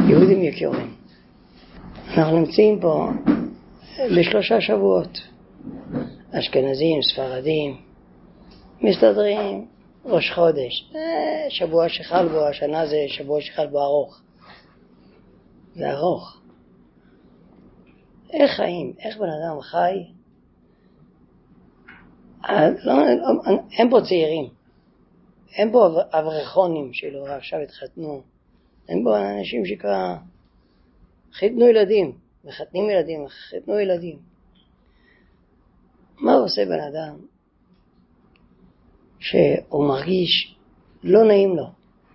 יהודים יקרים, אנחנו נמצאים פה ב3 שבועות. אשכנזים, ספרדים, מסתדרים. ראש חודש, שבוע שחל בו, השנה זה שבוע שחל בו ארוך. זה ארוך. איך חיים? איך בן אדם חי? אין פה צעירים, אין פה אברכונים שלו עכשיו התחתנו, אין פה אנשים שכבר חיתנו ילדים, מחתנים ילדים, חיתנו ילדים. מה עושה בן אדם שהוא מרגיש לא נעים לו?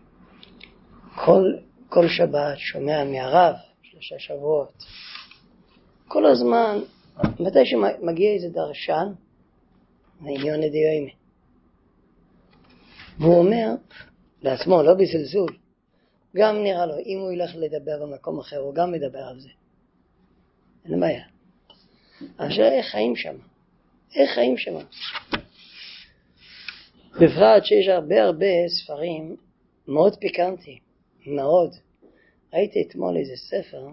כל שבת שומע מהרב 3 שבועות, כל הזמן מתי שמגיע איזה דרשן לעניון דיומא, והוא אומר לעצמו, לא בזלזול, גם נראה לו אם הוא ילך לדבר במקום אחר הוא גם מדבר על זה, אין בעיה. עכשיו איך חיים שם? איך חיים שם? בפרט שיש הרבה ספרים מאוד פיקנטי, מאוד. ראיתי אתמול איזה ספר,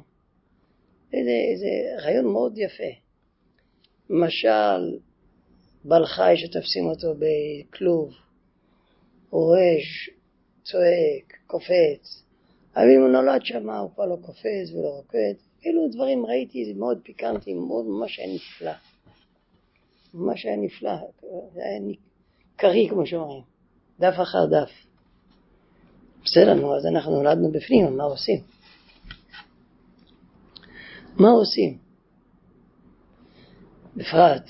איזה רעיון מאוד יפה. למשל, בעל חי שתופסים אותו בכלוב, הוא רועש, צועק, קופץ. אבל אם הוא נולד שם, הוא כבר לא קופץ ולא רוקד. אלו דברים ראיתי, זה מאוד פיקנטי, מאוד ממש היה נפלא. ממש היה נפלא, זה היה קרי כמו שאומרים, דף אחר דף. בסדר לנו, אז אנחנו נולדנו בפנים, מה עושים? מה עושים? בפרט,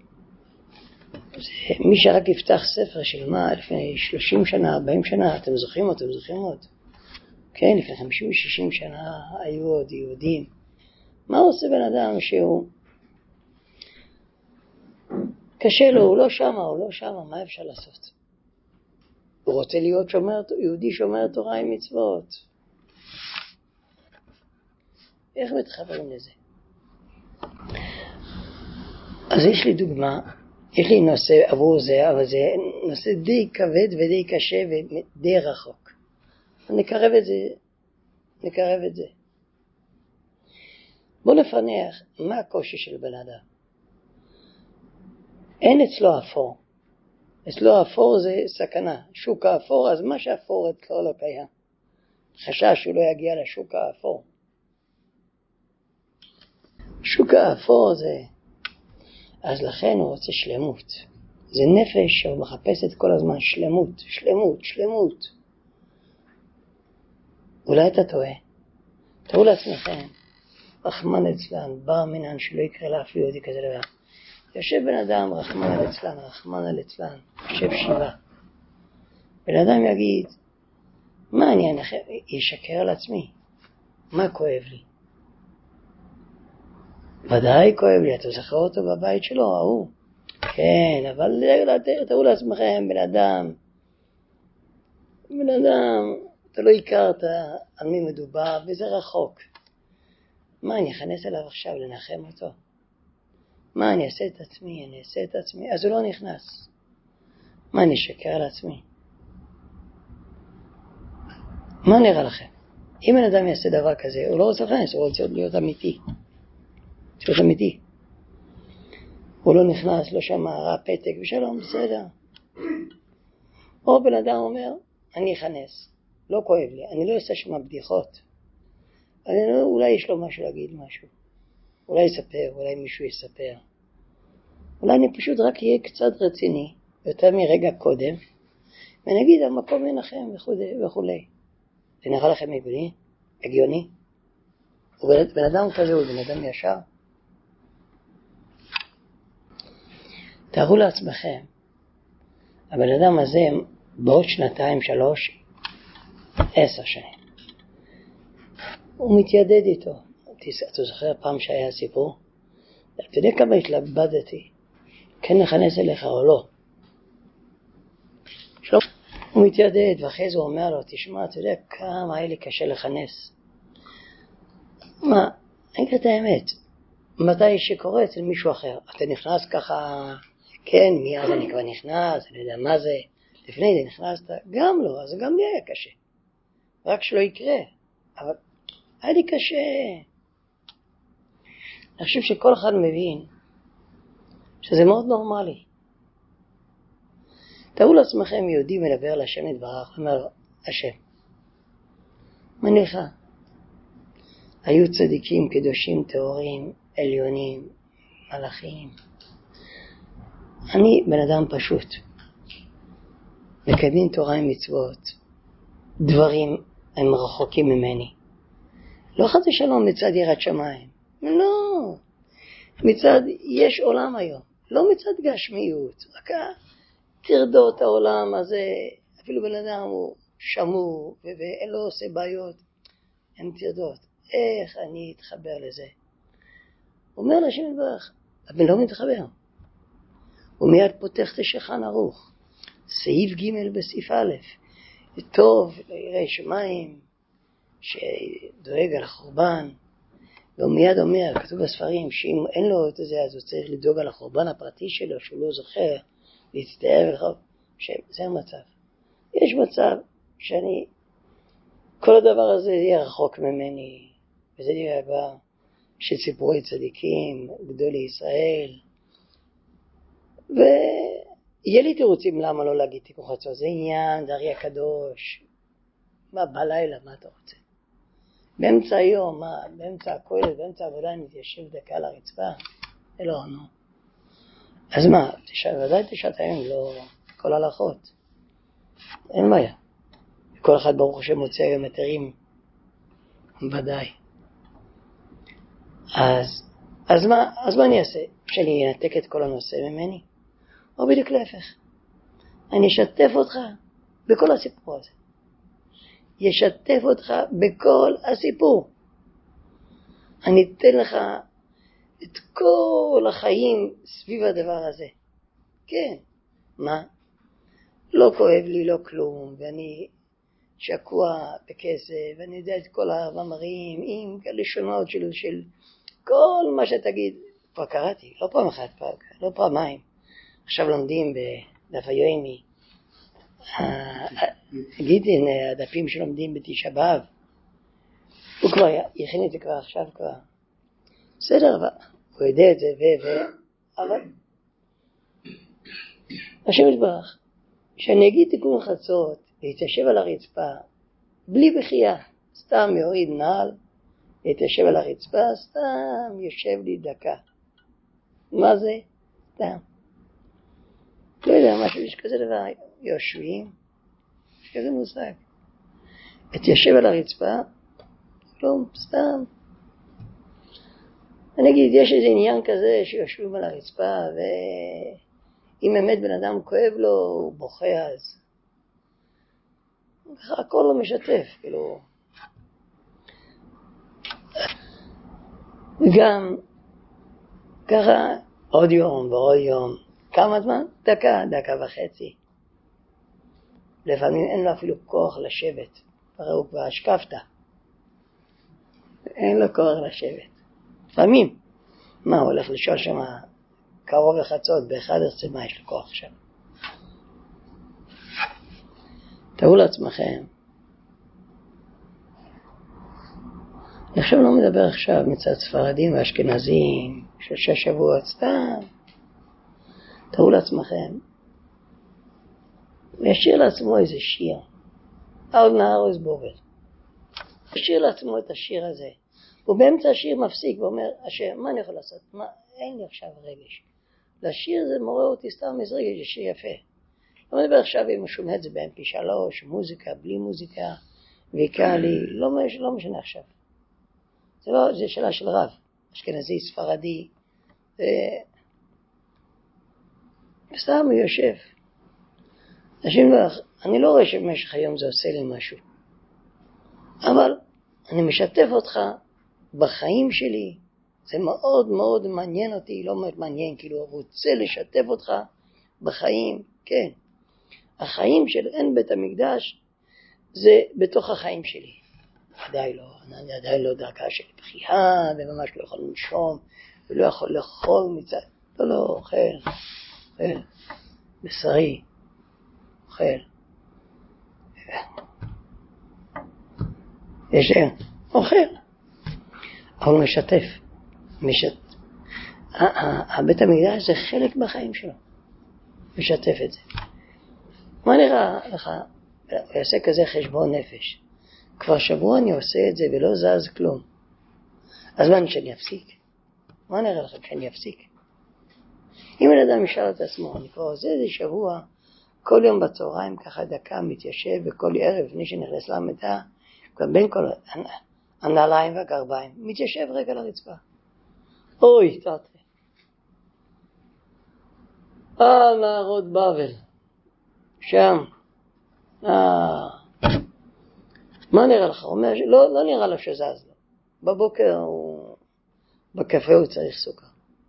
מי שרק יפתח ספר של מה לפני 30 שנה, 40 שנה, אתם זוכרים אותו, כן, לפני 50 ו-60 שנה היו עוד יהודים. מה עושה בן אדם שהוא קשה לו, הוא לא שמה, מה אפשר לעשות? הוא רוצה להיות יהודי שומר תורה עם מצוות. איך מתחברים לזה? אז יש לי דוגמה, יש לי נושא עבור זה, אבל זה נושא די כבד ודי קשה ודי רחוק. נקרב את זה. בוא נפנח מה הקושי של בן אדם. אין אצלו אפור. אצלו אפור זה סכנה. שוק האפור, אז מה שאפור אצלו לא קיים. חשש שהוא לא יגיע לשוק האפור. שוק האפור זה... אז לכן הוא רוצה שלמות. זה נפש שהוא מחפשת כל הזמן שלמות. אולי אתה טועה. תראו לעצמכם, רחמן אצלן, בר מינן שלא יקרה לאף יהודי כזה דבר. יושב בן אדם, רחמן אצלן, יושב 7. בן אדם יגיד, מה אני ישקר על עצמי? מה כואב לי? ודאי כואב לי, אתה זכר אותו בבית שלו, ההוא. כן, אבל תראו לעצמכם, בן אדם, אתה לא הכרת על מי מדובר, וזה רחוק. מה אני אכנס אליו עכשיו לנחם אותו? מה אני אעשה את עצמי? אז הוא לא נכנס. מה אני אשקר על עצמי? מה נראה לכם? אם בן אדם יעשה דבר כזה, הוא לא רוצה להכנס, הוא רוצה להיות אמיתי. הוא לא נכנס, לא שמע, ראה פתק ושלום, בסדר. או בן אדם אומר, אני אכנס, לא כואב לי, אני לא אעשה שם בדיחות. אולי יש לו משהו להגיד משהו. אולי יספר, אולי מישהו יספר. אולי אני פשוט רק אהיה קצת רציני, יותר מרגע קודם, ונגיד המקום ינחם וכולי. זה נראה לכם הגיוני? בן אדם כזה הוא בן אדם ישר. תארו לעצמכם, הבן אדם הזה בעוד 2, 3, 10 שנים. הוא מתיידד איתו. אתה זוכר פעם שהיה סיפור? אתה יודע כמה התלבטתי, כן נכנס אליך או לא? הוא מתיידד, ואחרי זה הוא אומר לו, תשמע, אתה יודע כמה היה לי קשה לכנס. מה? אני אגיד את האמת. מתי שקורה אצל מישהו אחר, אתה נכנס ככה, כן, מיד אני כבר נכנס, אני יודע מה זה, לפני זה נכנסת, גם לא, אז גם לי היה קשה. רק שלא יקרה. אבל היה לי קשה. אני חושב שכל אחד מבין שזה מאוד נורמלי. תראו לעצמכם יהודי מדבר על השם יתברך, אומר השם. מניחה, היו צדיקים, קדושים, טהורים, עליונים, מלאכים. אני בן אדם פשוט. מקיימים תורה עם מצוות. דברים הם רחוקים ממני. לא חס ושלום מצד יראת שמיים. לא. מצד, יש עולם היום. לא מצד גשמיות. רק תרדות העולם הזה, אפילו בן אדם הוא שמור ואין לו עושה בעיות. הם תרדות. איך אני אתחבר לזה? הוא אומר לשם יתברך, אבל לא מתחבר. הוא מיד פותח את השולחן ערוך. סעיף ג' בסעיף א', טוב ליראי שמיים שדואג על החורבן, והוא מיד אומר, כתוב בספרים, שאם אין לו את זה אז הוא צריך לדאוג על החורבן הפרטי שלו שהוא לא זוכר להצטער וחוב. זה המצב. יש מצב שאני כל הדבר הזה יהיה רחוק ממני, וזה יהיה הבא של סיפורי צדיקים גדולי ישראל, ויהיה לי תירוצים למה לא להגיד תיקון חצות. זה עניין, זה הרי הקדוש. מה, בלילה, מה אתה רוצה? באמצע היום, מה, באמצע הכולל, באמצע העבודה, אני מתיישב דקה על הרצפה? זה לא, נו. אז מה, ודאי תשעת היום, לא כל הלכות. אין בעיה. כל אחד ברוך השם מוצא היום היתרים, ודאי. אז מה אני אעשה? שאני אנתק את כל הנושא ממני? או בדיוק להפך. אני אשתף אותך בכל הסיפור הזה. ישתף אותך בכל הסיפור. אני אתן לך את כל החיים סביב הדבר הזה. כן. מה? לא כואב לי, לא כלום, ואני שקוע בכסף, ואני יודע את כל המאמרים, עם הלשונות של כל מה שתגיד. כבר קראתי, לא פעם אחת, לא פעמיים. עכשיו לומדים בדף היומי, גידין, הדפים שלומדים בתשעה באב. הוא כבר יכין את זה כבר עכשיו כבר. בסדר, הוא יודע את זה, אבל השם יתברך, שאני אגיד תיקון חצות, להתיישב על הרצפה, בלי בחייה, סתם יוריד נעל, להתיישב על הרצפה, סתם יושב לי דקה. מה זה? סתם. לא יודע, משהו, יש כזה דבר, יושבים, יש כזה מושג. התיישב על הרצפה, לא, סתם. אני אגיד, יש איזה עניין כזה שיושבים על הרצפה, ואם באמת בן אדם כואב לו, הוא בוכה אז. הכל לא משתף, כאילו. וגם, ככה, עוד יום ועוד יום. כמה זמן? דקה וחצי. לפעמים אין לו אפילו כוח לשבת. הרי הוא כבר השקפת. אין לו כוח לשבת. לפעמים. מה, הוא הולך לשאול שם קרוב לחצות, ב-11 מה יש לו כוח שם? תראו לעצמכם. אני עכשיו לא מדבר עכשיו מצד ספרדים ואשכנזים, 3 שבועות, סתם. תראו לעצמכם. וישאיר לעצמו איזה שיר. על נהר אסבובל. ישאיר לעצמו את השיר הזה. הוא באמצע השיר מפסיק ואומר, השם, מה אני יכול לעשות? מה? אין לי עכשיו רגש. לשיר זה מורה אותי סתם איזה רגש, זה שיר יפה. לא מדבר עכשיו אם הוא שומע את זה ב-MP3, מוזיקה, בלי מוזיקה, ויקע לי, לא משנה עכשיו. זה שאלה של רב, אשכנזי, ספרדי. סתם הוא יושב. אני לא רואה שבמשך היום זה עושה לי משהו. אבל אני משתף אותך בחיים שלי. זה מאוד מאוד מעניין אותי, לא מאוד מעניין, כאילו הוא רוצה לשתף אותך בחיים, כן. החיים של אין בית המקדש זה בתוך החיים שלי. עדיין לא דרכה של בחייה, וממש לא יכול לנשום, ולא יכול לאכול מצד, לא, אוכל, בשרי, אוכל. יש אוכל, אבל משתף. הבית המקדש זה חלק בחיים שלו. משתף את זה. מה נראה לך? הוא יעשה כזה חשבון נפש. כבר שבוע אני עושה את זה ולא זז כלום. אז מה שאני אפסיק? מה נראה לך כשאני אפסיק? אם בן אדם ישאל את עצמו, אני כבר עושה איזה שבוע, כל יום בצהריים ככה דקה מתיישב, וכל ערב לפני שנכנס למיטה, כבר בין כל הנעליים והגרביים, מתיישב רגע לרצפה. אוי, תעתרי. נערות בבל. שם. מה נראה לך? הוא אומר, לא נראה לו שזז לו. בבוקר בקפה הוא צריך סוכר.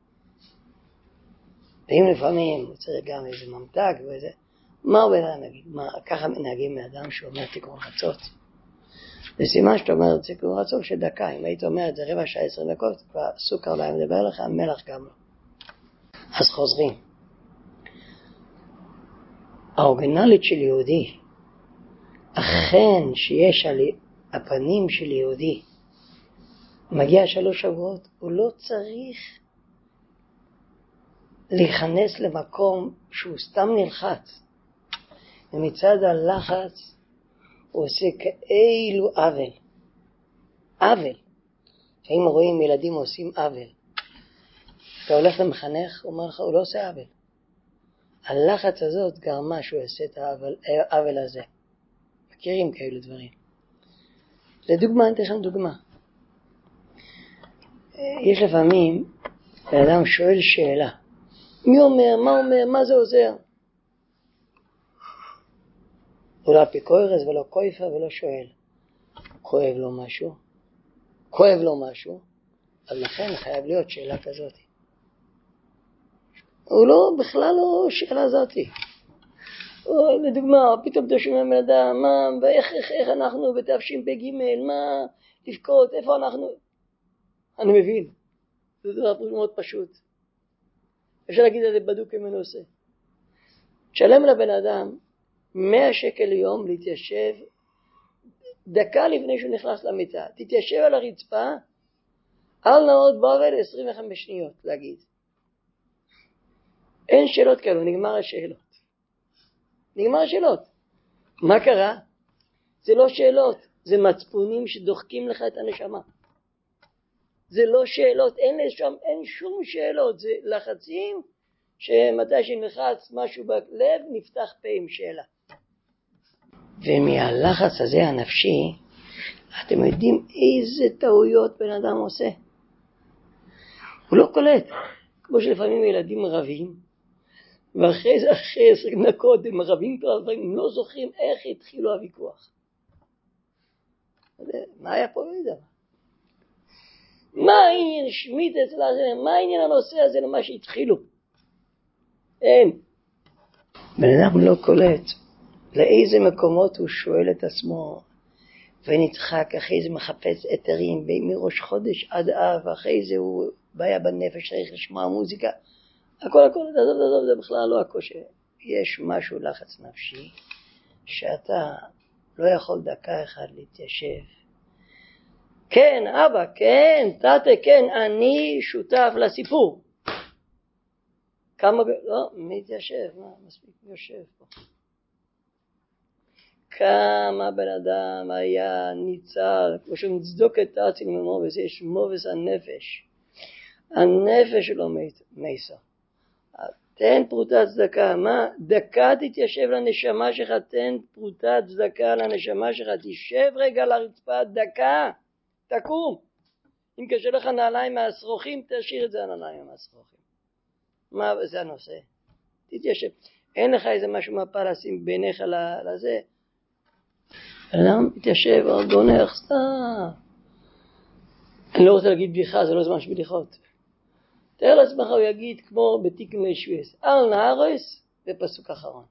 ואם לפעמים הוא צריך גם איזה ממתק ואיזה... מה הוא בן אדם נגיד? ככה מנהגים מאדם שאומר תיקון רצות. זה סימן שאתה אומר תיקון רצות שדקה. אם היית אומר את זה רבע שעה 20 דקות, כבר סוכר לא מדבר לך, מלח גם לא. אז חוזרים. האורגינלית של יהודי, אכן שיש על הפנים של יהודי, מגיע 3 שבועות, הוא לא צריך להיכנס למקום שהוא סתם נלחץ. ומצד הלחץ הוא עושה כאילו עוול. עוול. כשאם רואים ילדים עושים עוול, אתה הולך למחנך, הוא אומר לך, הוא לא עושה עוול. הלחץ הזאת גרמה שהוא יעשה את העוול הזה. מכירים כאלו דברים. לדוגמה, אני אתן לכם דוגמה. יש לפעמים, האדם שואל שאלה. מי אומר, מה אומר, מה זה עוזר? הוא לא אפיקורס ולא קויפה ולא שואל. כואב לו משהו? כואב לו משהו? אז לכן חייב להיות שאלה כזאת. הוא לא, בכלל לא שאלה הזאת. לדוגמה, פתאום אתה שומע מאדם, מה, ואיך אנחנו בתשפ"ג, מה, תפקוד, איפה אנחנו? אני מבין. זה דבר מאוד פשוט. אפשר להגיד את זה בדוק כמנוסה. תשלם לבן אדם 100 שקל ליום להתיישב דקה לפני שהוא נכנס למיטה. תתיישב על הרצפה, על נאות בבל 25 שניות להגיד. אין שאלות כאלו, נגמר השאלות. נגמר השאלות. מה קרה? זה לא שאלות, זה מצפונים שדוחקים לך את הנשמה. זה לא שאלות, אין שום שאלות, זה לחצים שמתי שנלחץ משהו בלב נפתח פה עם שאלה. ומהלחץ הזה הנפשי, אתם יודעים איזה טעויות בן אדם עושה. הוא לא קולט, כמו שלפעמים ילדים רבים, ואחרי זה, אחרי 20 דקות הם רבים כבר, הם לא זוכרים איך התחילו הוויכוח. מה היה פה לידה? מה העניין שמיט אצלה הזה? מה העניין הנושא הזה למה שהתחילו? אין. בן אדם לא קולט לאיזה מקומות הוא שואל את עצמו ונדחק, אחרי זה מחפש אתרים מראש חודש עד אב, אחרי זה הוא בעיה בנפש, צריך לשמוע מוזיקה. הכל, זה בכלל לא הקושי. יש משהו לחץ נפשי שאתה לא יכול דקה אחת להתיישב. כן, אבא, כן, תתה, כן, אני שותף לסיפור. כמה, לא, מתיישב, מספיק יושב פה. כמה בן אדם היה ניצל, כמו שהוא מצדוק את תעצין ממובס, יש מובס הנפש. הנפש שלו מייסה. תן פרוטת צדקה, מה? דקה תתיישב לנשמה שלך, תן פרוטת צדקה לנשמה שלך, תשב רגע על הרצפה, דקה, תקום. אם קשה לך נעליים מהשרוכים, תשאיר את זה על הנעליים מהשרוכים. מה זה הנושא? תתיישב. אין לך איזה משהו מפה לשים ביניך לזה. אדם תתיישב, גונח, סתם. אני לא רוצה להגיד בדיחה, זה לא זמן של בדיחות. תאר לעצמך הוא יגיד כמו בתיקון לישועס, על נהרוס ופסוק אחרון.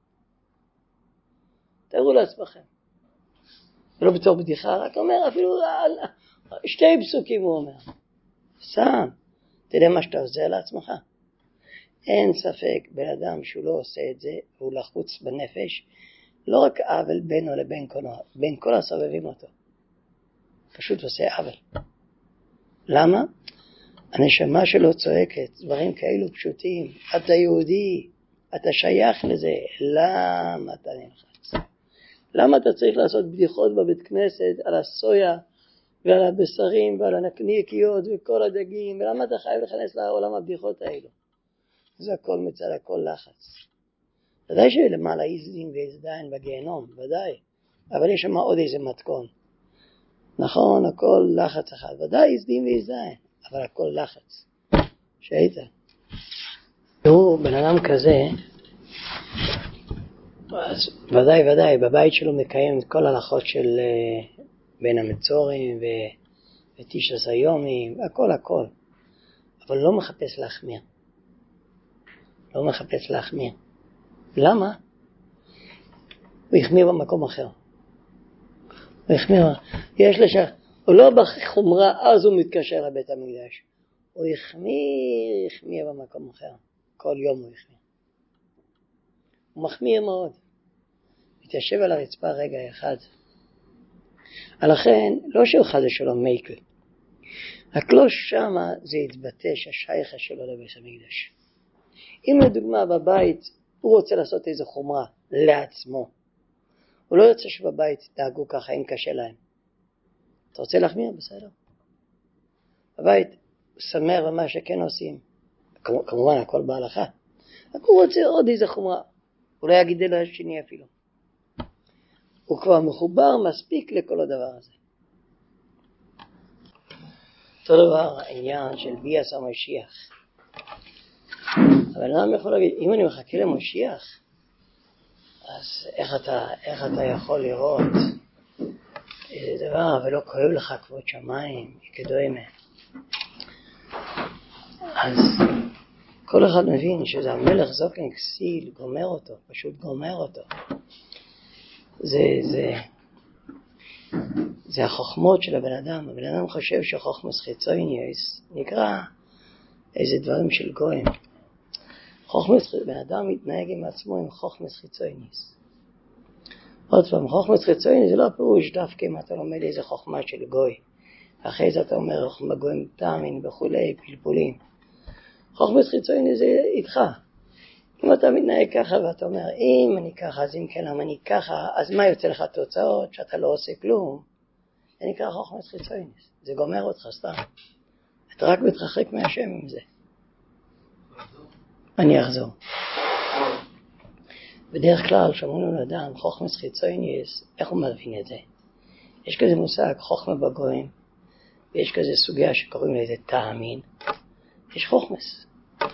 תארו לעצמכם. זה לא בתור בדיחה, רק אומר אפילו 2 פסוקים הוא אומר. שם, תדע מה שאתה עושה לעצמך. אין ספק בן אדם שהוא לא עושה את זה, והוא לחוץ בנפש, לא רק עוול בינו לבין בין כל הסובבים אותו. פשוט עושה עוול. למה? הנשמה שלו צועקת, דברים כאלו פשוטים, אתה יהודי, אתה שייך לזה, למה אתה נלחץ? למה אתה צריך לעשות בדיחות בבית כנסת על הסויה ועל הבשרים ועל הנקניקיות וכל הדגים, ולמה אתה חייב להיכנס לעולם הבדיחות האלו? זה הכל מצד הכל לחץ. ודאי שלמעלה יזדים ויזדין בגיהנום, ודאי, אבל יש שם עוד איזה מתכון. נכון, הכל לחץ אחד, ודאי יזדים ויזדין, אבל הכל לחץ. שהיית. הוא בן אדם כזה, אז ודאי, בבית שלו מקיים את כל ההלכות של בין המצורים ותשע היומים, הכל. אבל לא מחפש להחמיר. לא מחפש להחמיר. למה? הוא יחמיר במקום אחר. הוא יחמיר. הוא לא בחומרה, אז הוא מתקשר לבית המקדש. הוא יחמיר במקום אחר. כל יום הוא יחמיר. הוא מחמיר מאוד. מתיישב על הרצפה רגע אחד. לכן, לא שלך זה שלום מייקל. רק לא שמה זה יתבטא שהשייכה שלו לבית המקדש. אם לדוגמה בבית הוא רוצה לעשות איזו חומרה לעצמו, הוא לא יוצא שבבית תדאגו ככה אם קשה להם. אתה רוצה להחמיר? בסדר. בבית סמר ומה שכן עושים. כמובן הכל בהלכה. רק הוא רוצה עוד איזו חומרה. הוא לא יגיד לו השני אפילו. הוא כבר מחובר מספיק לכל הדבר הזה. אותו דבר העניין של ביאס המשיח. אבל אדם יכול להגיד, אם אני מחכה למשיח, אז איך אתה יכול לראות איזה דבר ולא כואב לך כבוד שמיים, כדומה. אז כל אחד מבין שזה המלך זוקן כסיל, גומר אותו, פשוט גומר אותו. זה החוכמות של הבן אדם. הבן אדם חושב שחוכמוס חיצוניוס נקרא איזה דברים של גויים. בן אדם מתנהג עם עצמו עם חוכמוס חיצוניוס. עוד פעם, חוכמוס חיצוניוס זה לא פירוש דווקא אם אתה לומד איזה חוכמה של גוי. אחרי זה אתה אומר חוכמה גויים תאמין וכולי, פלפולים. חוכמוס חיצוניוס זה איתך. אם אתה מתנהג ככה ואתה אומר, אם אני ככה, אז אם כן, למה אני ככה, אז מה יוצא לך תוצאות שאתה לא עושה כלום? זה נקרא חוכמת חיצוניוס. זה גומר אותך סתם. אתה רק מתרחק מהשם עם זה. אני אחזור. בדרך כלל, שמענו לאדם, חוכמת חיצוניוס, איך הוא מבין את זה? יש כזה מושג, חוכמה בגויים, ויש כזה סוגיה שקוראים לזה תאמין. יש חוכמס.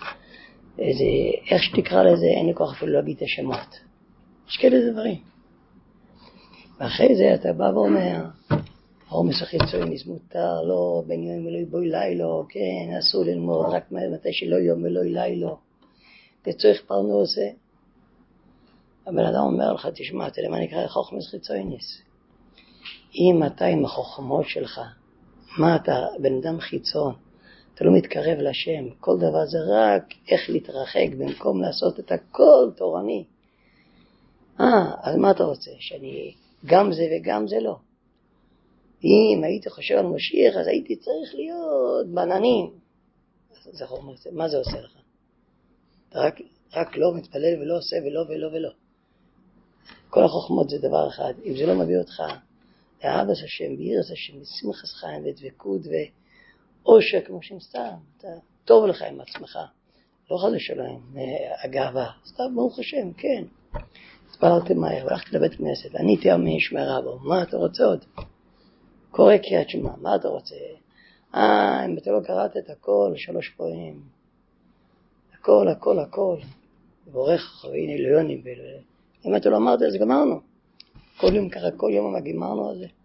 איך שתקרא לזה, אין לי כוח אפילו להגיד את השמות. יש כאלה דברים. ואחרי זה אתה בא ואומר, חומס החיצוניוס מותר, לא, בין יום ולא בוי לילו, כן, אסור ללמוד, רק מתי שלא יום ולא לילו. וצריך פרנוסה. הבן אדם אומר לך, תשמע, אתה למה נקרא חוכמס חיצוניוס? אם אתה עם החוכמות שלך, מה אתה, בן אדם חיצון, אתה לא מתקרב לשם, כל דבר זה רק איך להתרחק במקום לעשות את הכל תורני. אז מה אתה רוצה? שאני גם זה וגם זה לא. אם הייתי חושב על משיח, אז הייתי צריך להיות בננים. זה חוכמה, מה זה עושה לך? אתה רק לא מתפלל ולא עושה ולא. כל החוכמות זה דבר אחד. אם זה לא מביא אותך לאהבת השם, ביראת השם, לשמחת חיים ודבקות ואושר כמו שמסתם, אתה טוב לך עם עצמך. לא חד ושלום, הגאווה. סתם ברוך השם, כן. התפללתי מהר, והלכתי לבית כנסת, עניתי על מי ישמע רבו, מה אתה רוצה עוד? קורא קריאת שמע, מה אתה רוצה? אם אתה לא קראת את הכל, 3 פעמים. הכל. בורך והנה ליונים. אם אתה לא אמרת, אז גמרנו. כל יום ככה, כל יום גמרנו על זה.